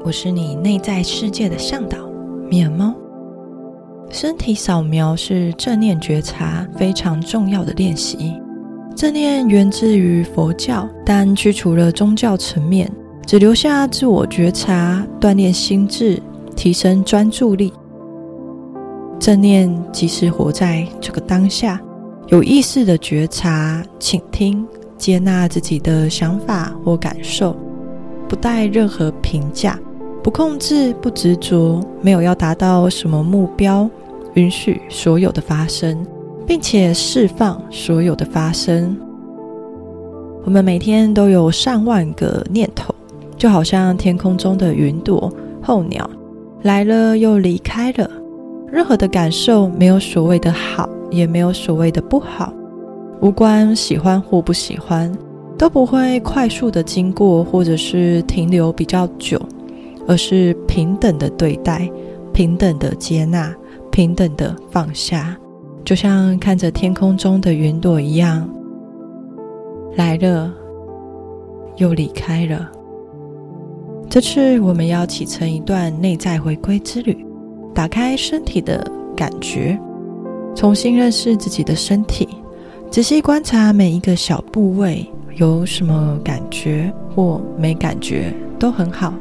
我是你内在世界的向导米尔猫。身体扫描是正念觉察非常重要的练习。正念源自于佛教，但去除了宗教层面，只留下自我觉察，锻炼心智，提升专注力。正念即是活在这个当下，有意识的觉察、倾听、接纳自己的想法或感受，不带任何评价，不控制，不执着，没有要达到什么目标，允许所有的发生，并且释放所有的发生。我们每天都有上万个念头，就好像天空中的云朵、候鸟，来了又离开了。任何的感受没有所谓的好，也没有所谓的不好，无关喜欢或不喜欢，都不会快速的经过或者是停留比较久，而是平等的对待，平等的接纳，平等的放下，就像看着天空中的云朵一样，来了又离开了。这次我们要启程一段内在回归之旅，打开身体的感觉，重新认识自己的身体，仔细观察每一个小部位，有什么感觉或没感觉都很好。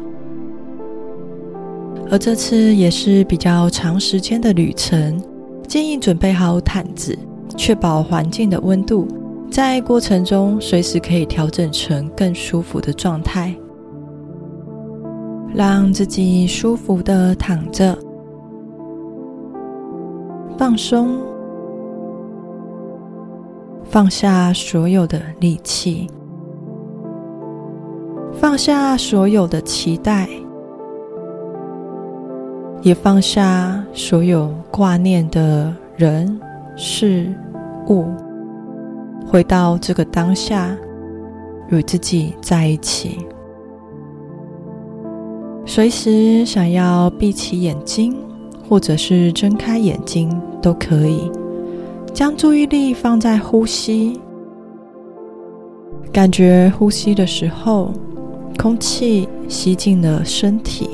而这次也是比较长时间的旅程，建议准备好毯子，确保环境的温度，在过程中随时可以调整成更舒服的状态。让自己舒服的躺着，放松，放下所有的力气，放下所有的期待，也放下所有挂念的人事物，回到这个当下，与自己在一起。随时想要闭起眼睛，或者是睁开眼睛都可以，将注意力放在呼吸，感觉呼吸的时候，空气吸进了身体，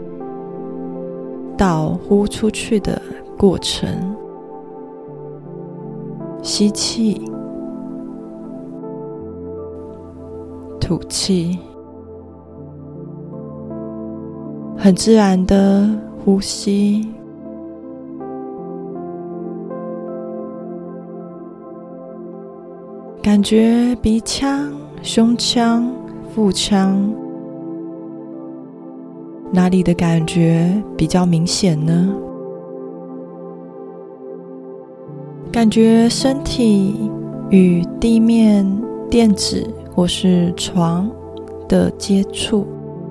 到呼出去的过程。吸气，吐气，很自然的呼吸。感觉鼻腔、胸腔、腹腔哪里的感觉比较明显呢？感觉身体与地面、垫子或是床的接触，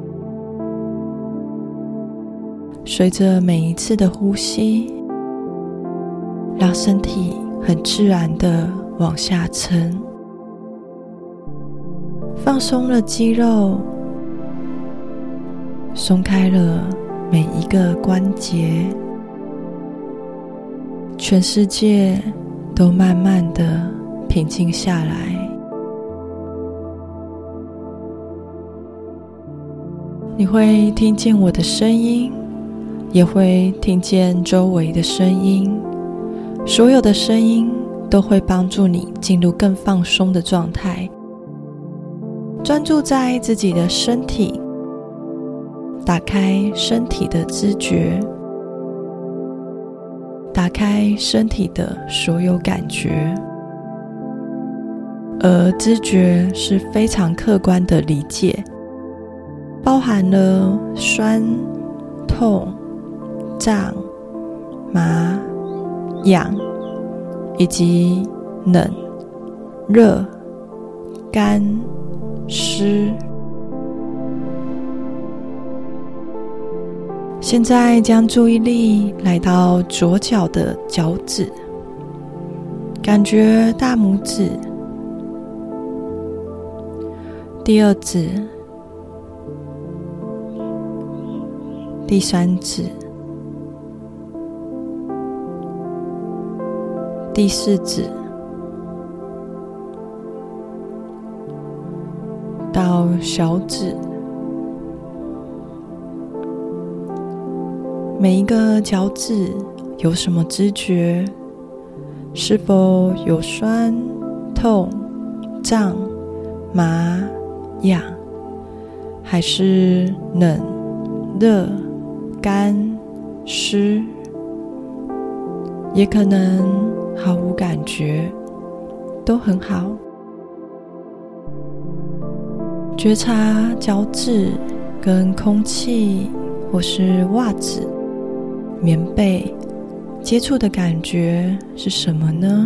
随着每一次的呼吸，让身体很自然的往下沉，放松了肌肉，松开了每一个关节，全世界都慢慢的平静下来。你会听见我的声音，也会听见周围的声音，所有的声音都会帮助你进入更放松的状态，专注在自己的身体，打开身体的知觉，打开身体的所有感觉。而知觉是非常客观的理解，包含了酸、痛、胀、麻、痒，以及冷、热、干、湿。现在将注意力来到左脚的脚趾，感觉大拇指、第二指、第三指、第四指到小指、 每一个脚趾有什么知觉？是否有酸、痛、胀、麻、痒，还是冷、热、干、湿？也可能毫无感觉，都很好。觉察脚趾跟空气或是袜子、棉被接触的感觉是什么呢？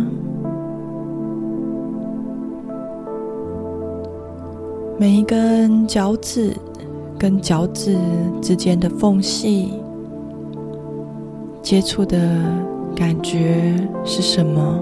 每一根脚趾跟脚趾之间的缝隙接触的感觉是什么？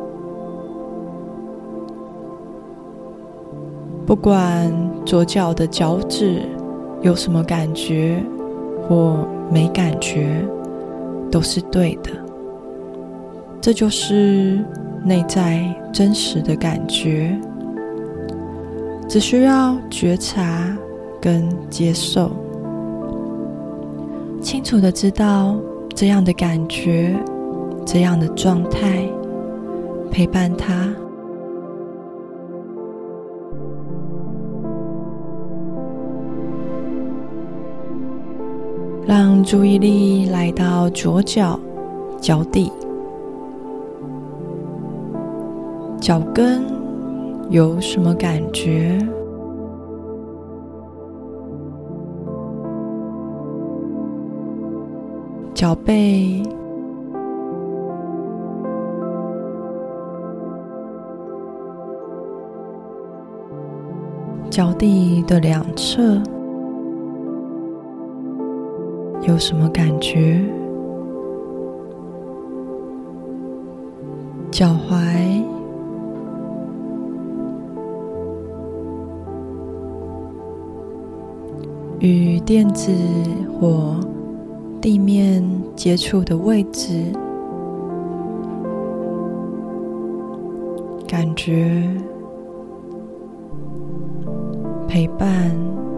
不管左脚的脚趾有什么感觉或没感觉，都是对的。这就是内在真实的感觉，只需要觉察跟接受，清楚地知道这样的感觉，这样的状态，陪伴它。让注意力来到左脚脚底，脚跟有什么感觉？脚背、脚底的两侧有什么感觉？脚踝、与垫子或地面接触的位置，感觉陪伴。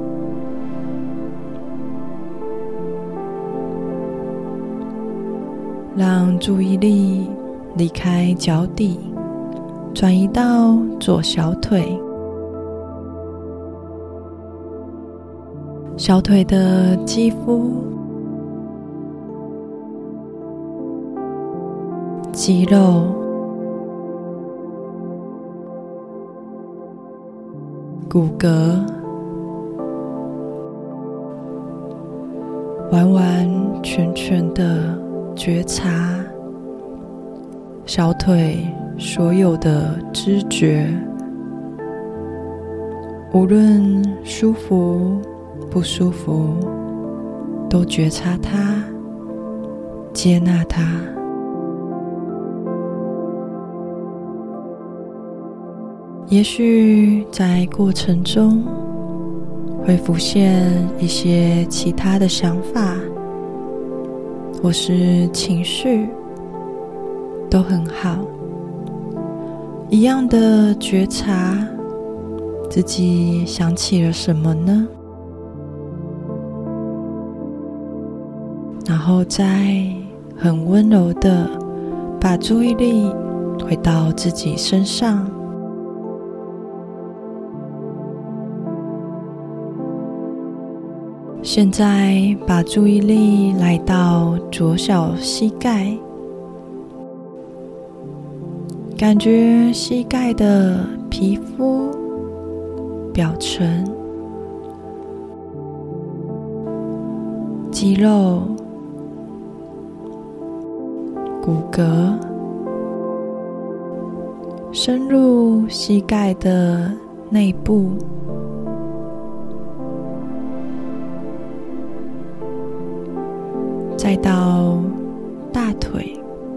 让注意力离开脚底，转移到左小腿。小腿的肌肤、肌肉、骨骼，完完全全的觉察小腿所有的知觉，无论舒服不舒服，都觉察它，接纳它。也许在过程中会浮现一些其他的想法或是情绪，都很好。一样的觉察自己想起了什么呢？然后再很温柔的把注意力回到自己身上。现在把注意力来到左小膝盖，感觉膝盖的皮肤、表层、肌肉、骨骼，深入膝盖的内部，再到大腿。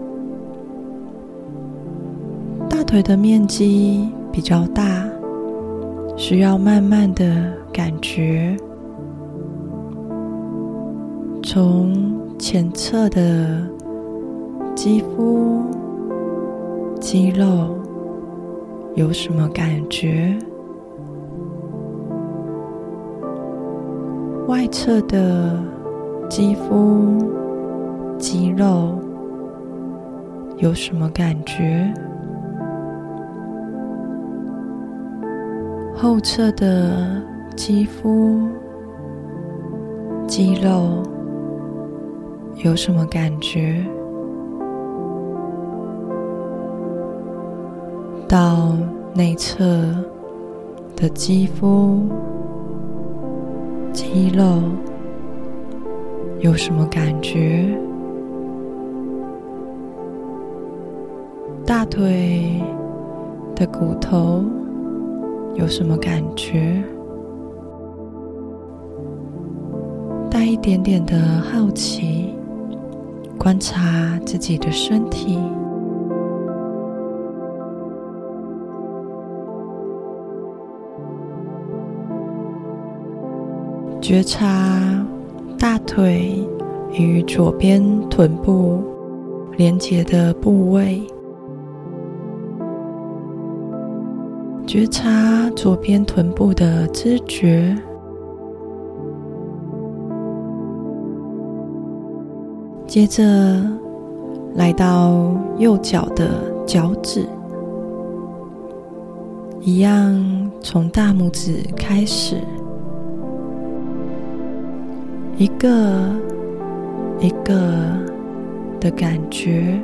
大腿的面积比较大，需要慢慢的感觉，从前侧的肌肤、肌肉有什么感觉？外侧的肌肤、 肌肉有什么感觉？后侧的肌肤、肌肉有什么感觉？到内侧的肌肤、肌肉有什么感觉？大腿的骨头有什么感觉？带一点点的好奇，观察自己的身体，觉察大腿与左边臀部连结的部位，觉察左边臀部的知觉，接着来到右脚的脚趾，一样从大拇指开始，一个一个的感觉，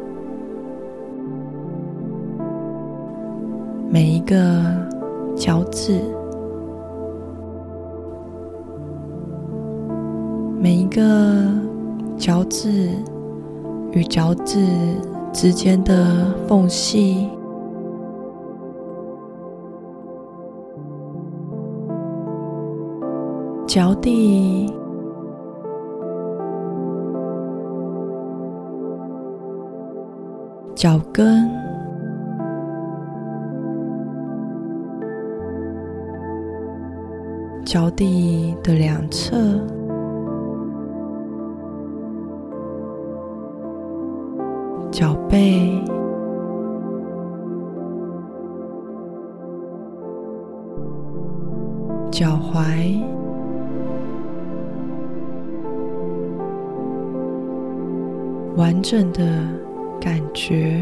每一个脚趾，每一个脚趾与脚趾之间的缝隙，脚底，脚跟，脚底的两侧，脚背，脚踝，完整的感觉，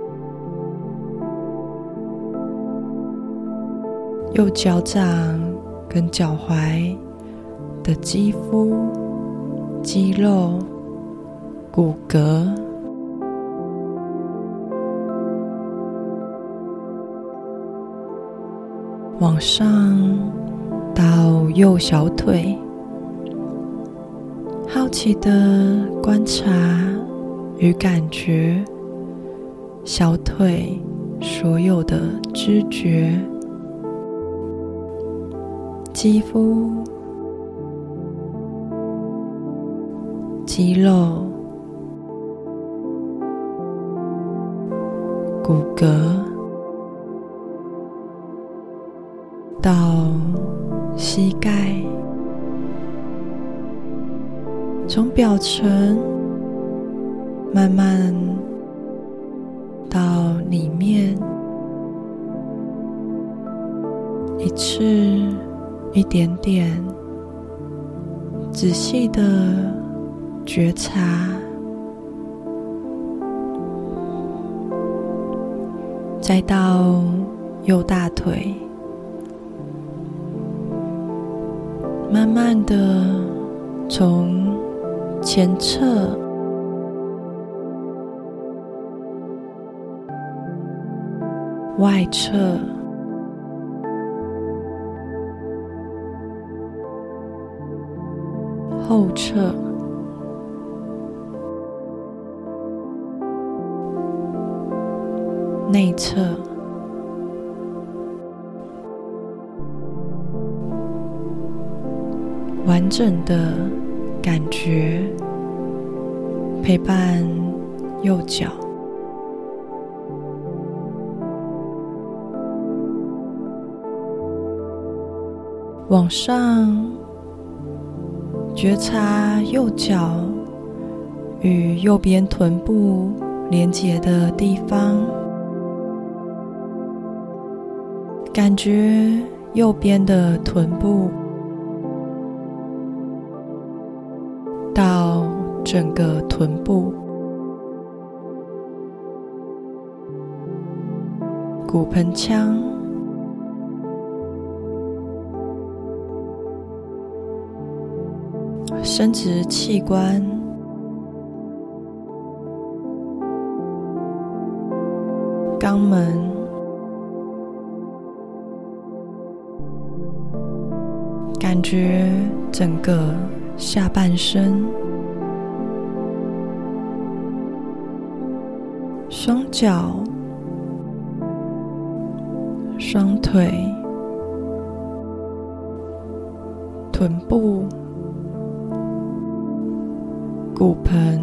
右脚掌跟脚踝的肌肤、肌肉、骨骼，往上到右小腿，好奇的观察与感觉小腿所有的知觉、肌肤、肌肉、骨骼，到膝盖，从表层慢慢到里面，一次一点点仔细的觉察，再到右大腿，慢慢的从前侧外侧后侧内侧完整的感觉陪伴右脚，往上觉察右脚与右边臀部连结的地方，感觉右边的臀部到整个臀部、骨盆腔、生殖器官、肛门、感觉整个下半身、双脚、双腿、臀部、骨盆，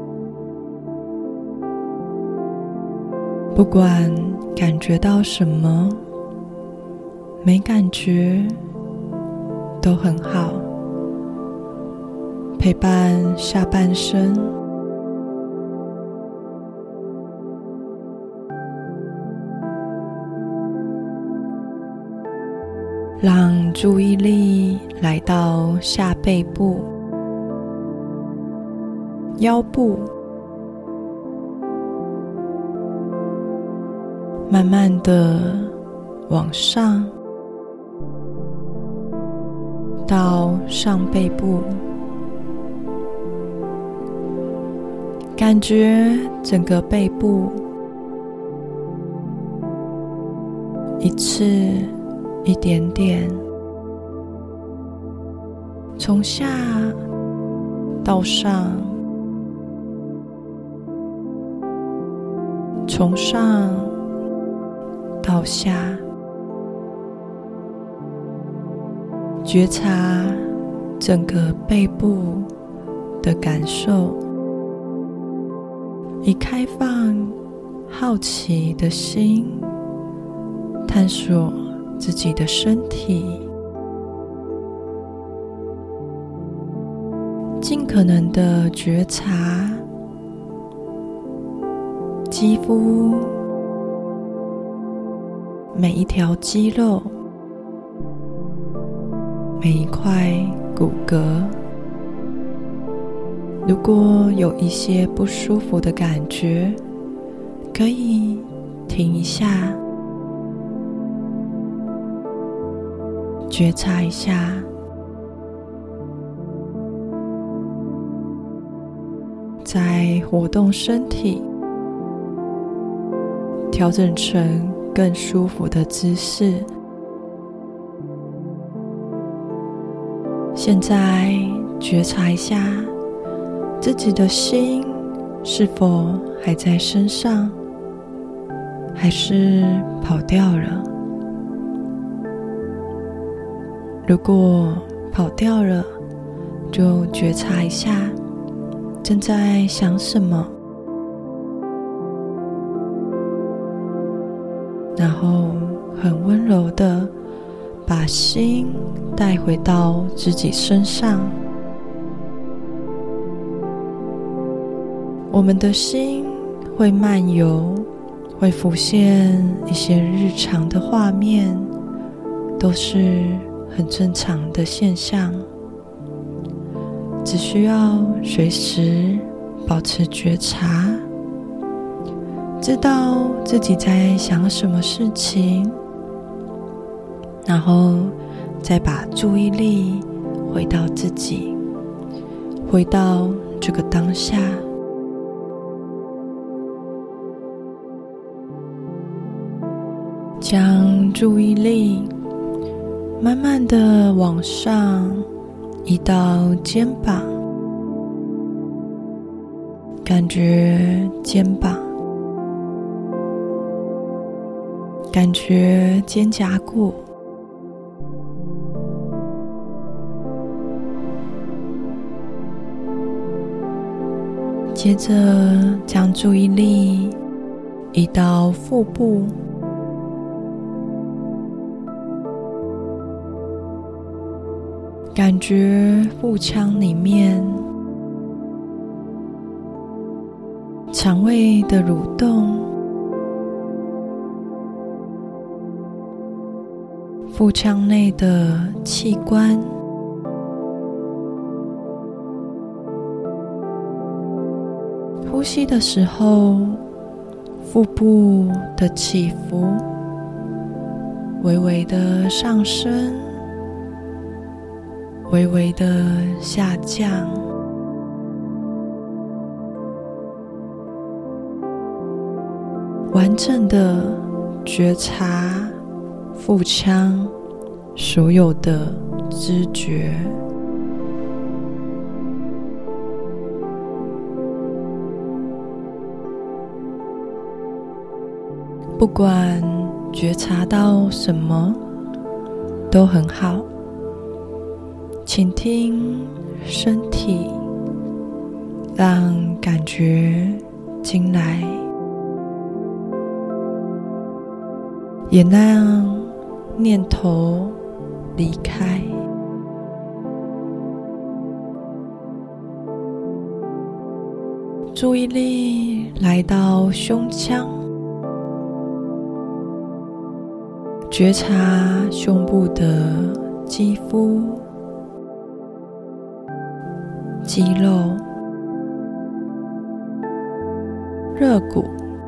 不管感觉到什么，没感觉都很好，陪伴下半身，让注意力来到下背部、腰部，慢慢的往上到上背部，感觉整个背部一次一点点，从下到上，从上到下，觉察整个背部的感受，以开放、好奇的心，探索自己的身体，尽可能的觉察肌肤每一条肌肉，每一块骨骼，如果有一些不舒服的感觉，可以停一下，觉察一下，再活动身体，调整成更舒服的姿势。现在觉察一下自己的心是否还在身上，还是跑掉了？如果跑掉了，就觉察一下正在想什么，然后很温柔的把心带回到自己身上。我们的心会漫游，会浮现一些日常的画面，都是很正常的现象，只需要随时保持觉察，知道自己在想什么事情，然后再把注意力回到自己，回到这个当下。将注意力慢慢的往上移到肩膀，感觉肩膀，感觉肩胛骨，接着将注意力移到腹部，感觉腹腔里面肠胃的蠕动，腹腔内的器官， 呼吸的时候，腹部的起伏微微的上升，微微的下降，完整的觉察腹腔所有的知觉。不管觉察到什么都很好，倾听身体，让感觉进来，也让念头离开。注意力来到胸腔，觉察胸部的肌肤、肌肉、肋骨，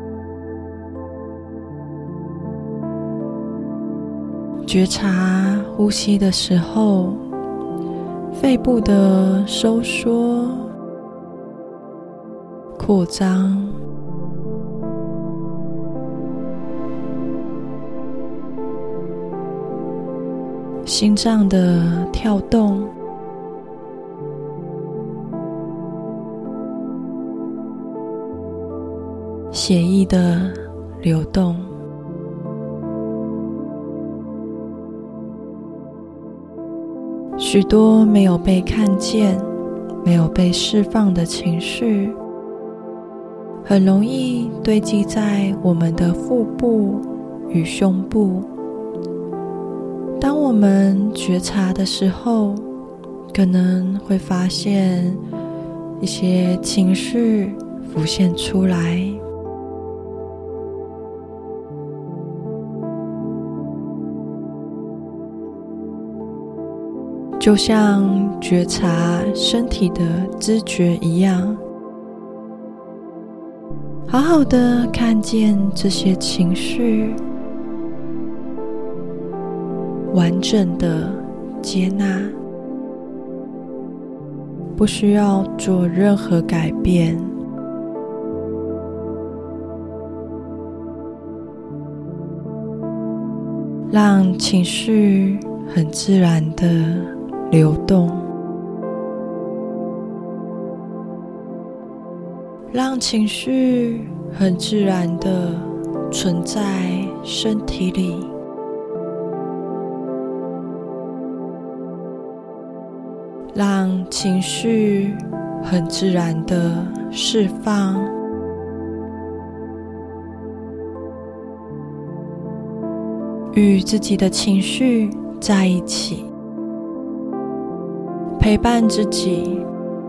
觉察呼吸的时候，肺部的收缩、扩张，心脏的跳动，血液的流动。许多没有被看见、没有被释放的情绪，很容易堆积在我们的腹部与胸部。当我们觉察的时候，可能会发现一些情绪浮现出来。就像觉察身体的知觉一样，好好的看见这些情绪，完整的接纳，不需要做任何改变。让情绪很自然的流动，让情绪很自然的存在身体里，让情绪很自然的释放，与自己的情绪在一起，陪伴自己。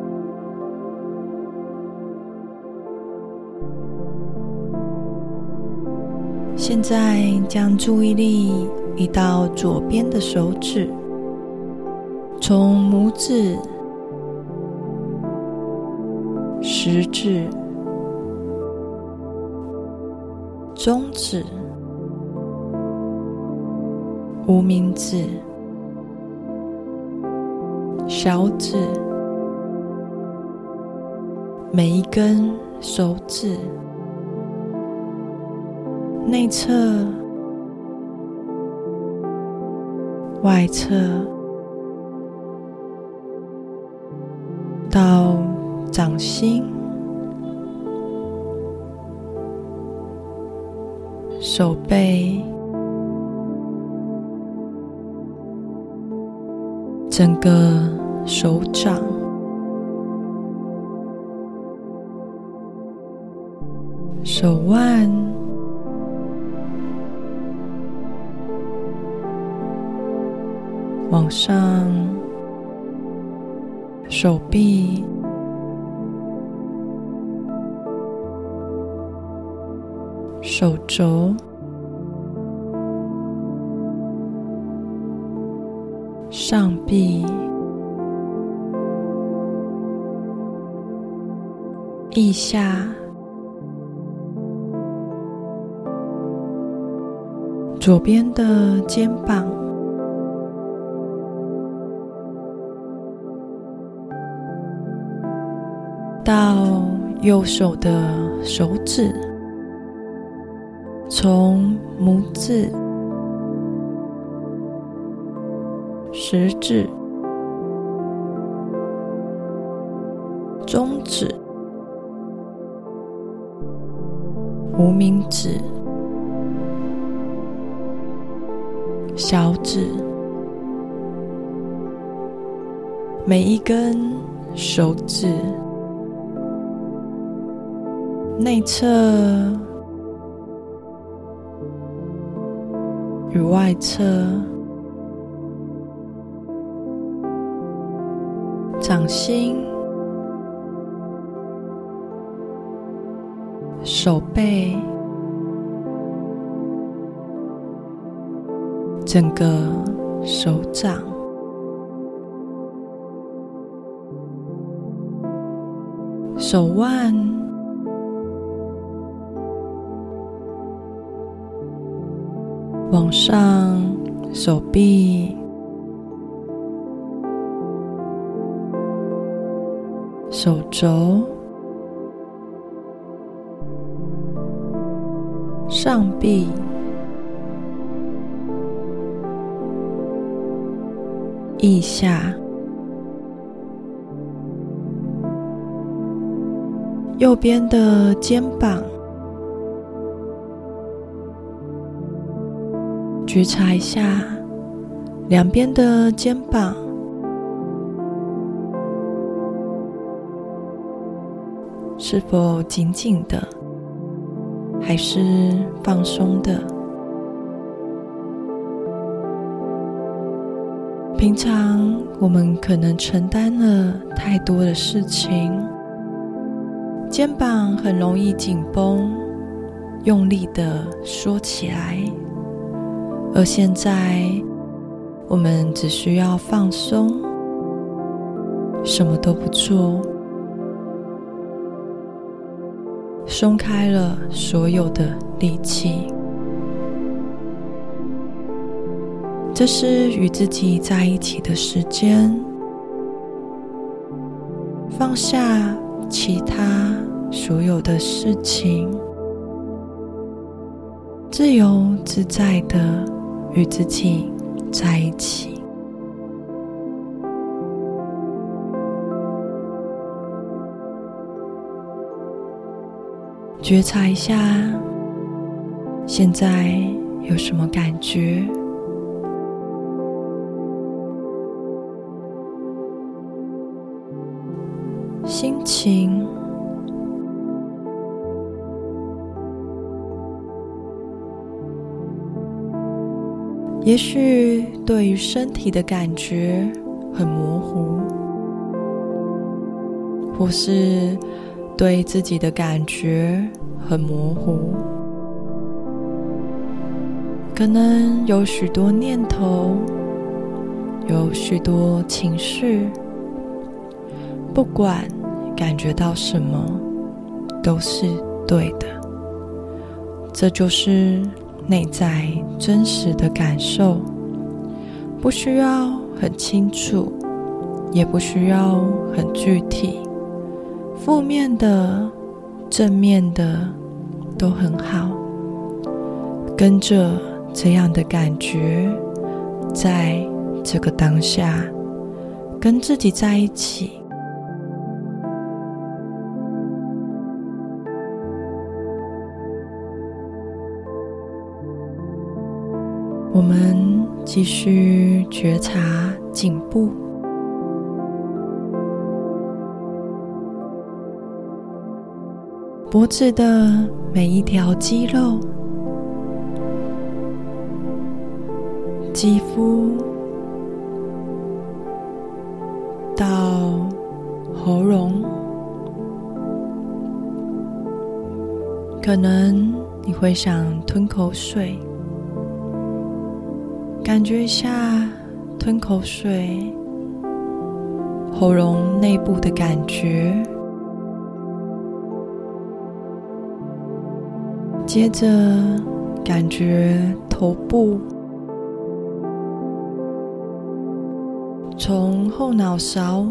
现在将注意力移到左边的手指，从拇指、食指、中指、无名指、小指，每一根手指，内侧、外侧，到掌心、手背，整个手掌，手腕，往上，手臂，手肘，上臂， 腋下，左边的肩膀，到右手的手指，从拇指、食指、中指、无名指、小指，每一根手指内侧与外侧，掌心、手背，整个手掌，手腕，往上手臂，手肘，上臂，腋下，右边的肩膀，觉察一下两边的肩膀是否紧紧的，还是放松的。平常我们可能承担了太多的事情，肩膀很容易紧绷，用力的缩起来。而现在我们只需要放松，什么都不做，松开了所有的力气。这是与自己在一起的时间，放下其他所有的事情，自由自在的与自己在一起。觉察一下现在有什么感觉，心情，也许对于身体的感觉很模糊，或是对自己的感觉很模糊，可能有许多念头，有许多情绪，不管感觉到什么都是对的。这就是内在真实的感受，不需要很清楚，也不需要很具体，负面的、正面的都很好，跟着这样的感觉，在这个当下跟自己在一起。我们继续觉察颈部，脖子的每一条肌肉，肌肤到喉咙，可能你会想吞口水，感觉一下吞口水喉咙内部的感觉， 接着感觉头部从后脑勺、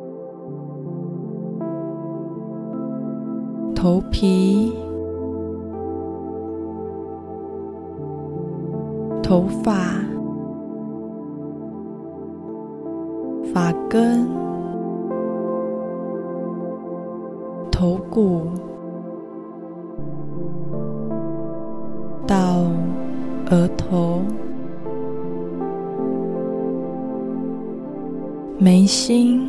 头皮、头发、发根、头骨到额头、眉心，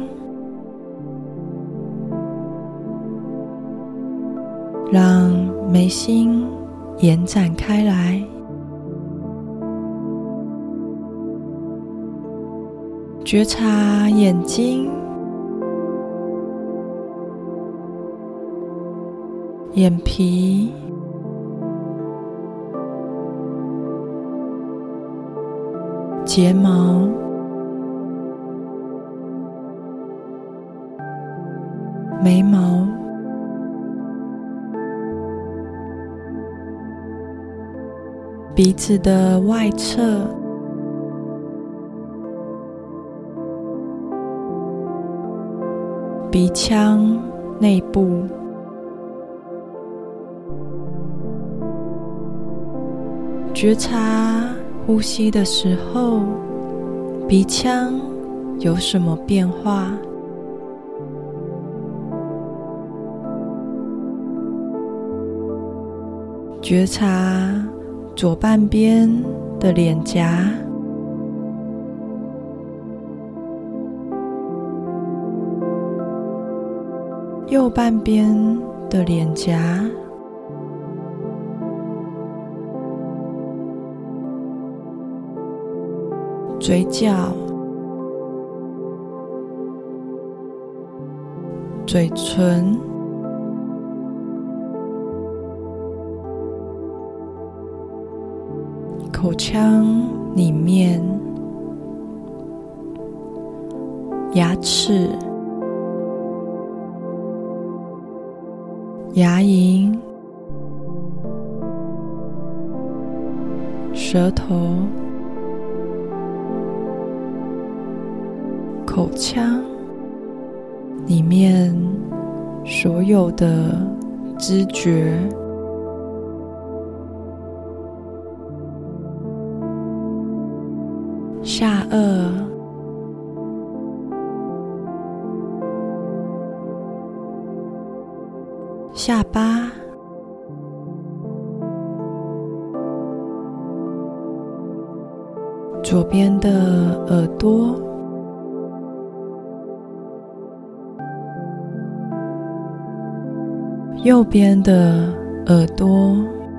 让眉心延展开来，觉察眼睛、眼皮、睫毛、眉毛、鼻子的外侧、鼻腔内部、觉察呼吸的时候，鼻腔有什么变化？觉察左半边的脸颊、右半边的脸颊、嘴角、嘴唇、口腔里面、牙齿、牙龈、舌头、口腔里面所有的知觉，下颚、下巴、左边的耳朵、右边的耳朵、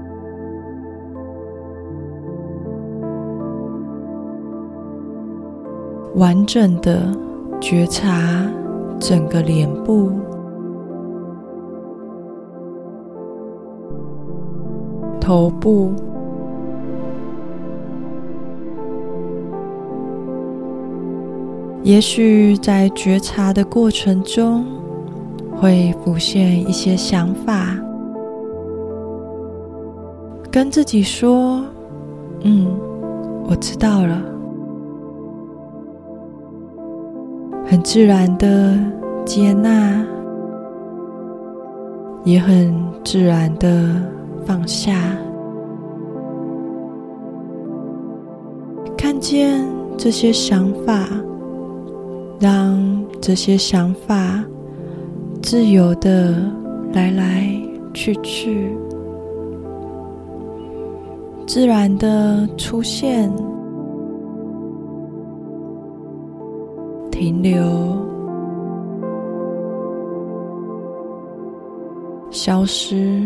完整的觉察整个脸部，头部，也许在觉察的过程中会浮现一些想法，跟自己说我知道了，很自然的接纳，也很自然的放下，看见这些想法，让这些想法自由的来来去去，自然的出现、停留、消失。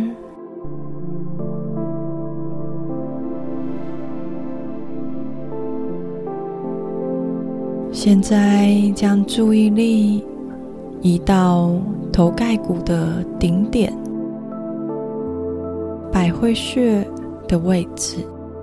现在将注意力移到头盖骨的顶点，百会穴的位置。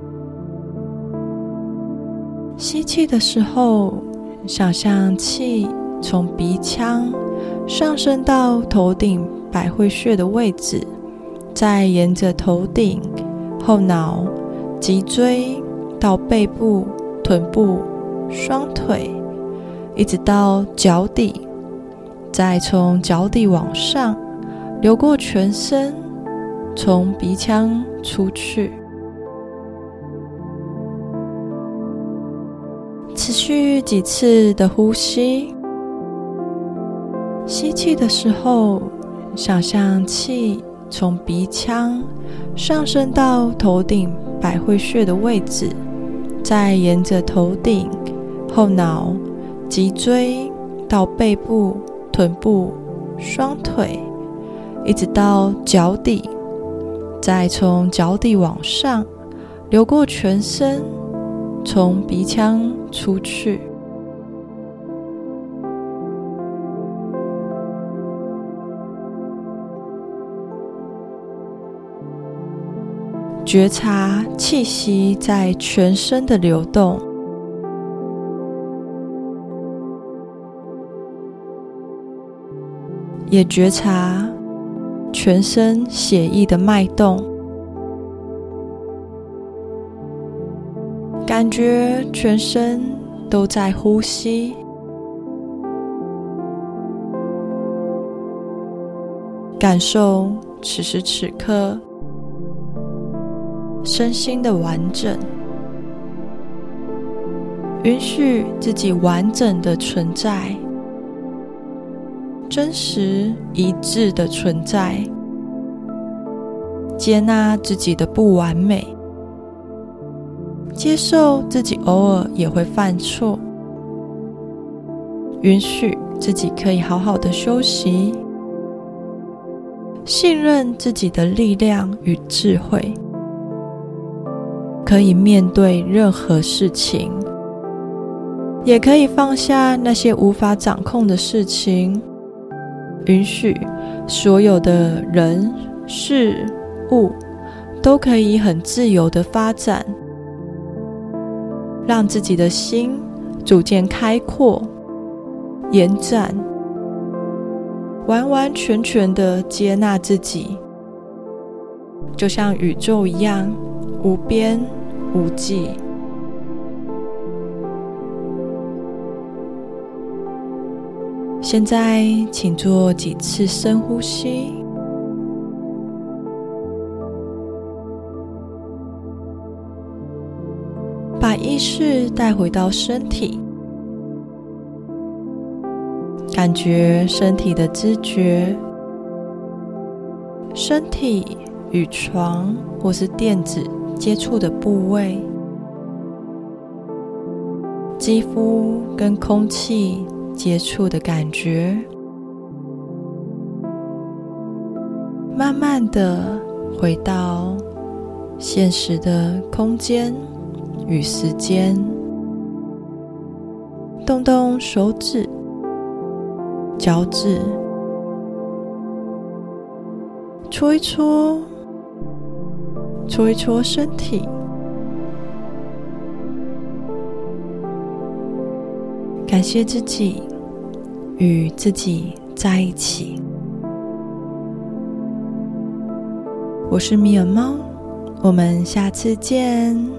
吸气的时候，想象气从鼻腔上升到头顶百会穴的位置， 再沿着头顶、后脑、脊椎到背部、臀部、双腿，一直到脚底，再从脚底往上流过全身，从鼻腔出去。持续几次的呼吸，吸气的时候，想象气从鼻腔上升到头顶百会穴的位置，再沿着头顶、后脑、脊椎到背部、臀部、双腿，一直到脚底，再从脚底往上流过全身，从鼻腔出去。觉察气息在全身的流动，也觉察全身血液的脉动，感觉全身都在呼吸，感受此时此刻身心的完整，允许自己完整的存在，真实一致的存在，接纳自己的不完美，接受自己偶尔也会犯错，允许自己可以好好的休息，信任自己的力量与智慧，可以面对任何事情，也可以放下那些无法掌控的事情，允许所有的人事物都可以很自由的发展，让自己的心逐渐开阔、延展，完完全全的接纳自己，就像宇宙一样无边无际。现在请做几次深呼吸，把意识带回到身体，感觉身体的知觉，身体与床或是垫子接触的部位，肌肤跟空气接触的感觉，慢慢的回到现实的空间与时间，动动手指、脚趾，搓一搓，搓一搓身体，感谢自己与自己在一起。我是米尔猫，我们下次见。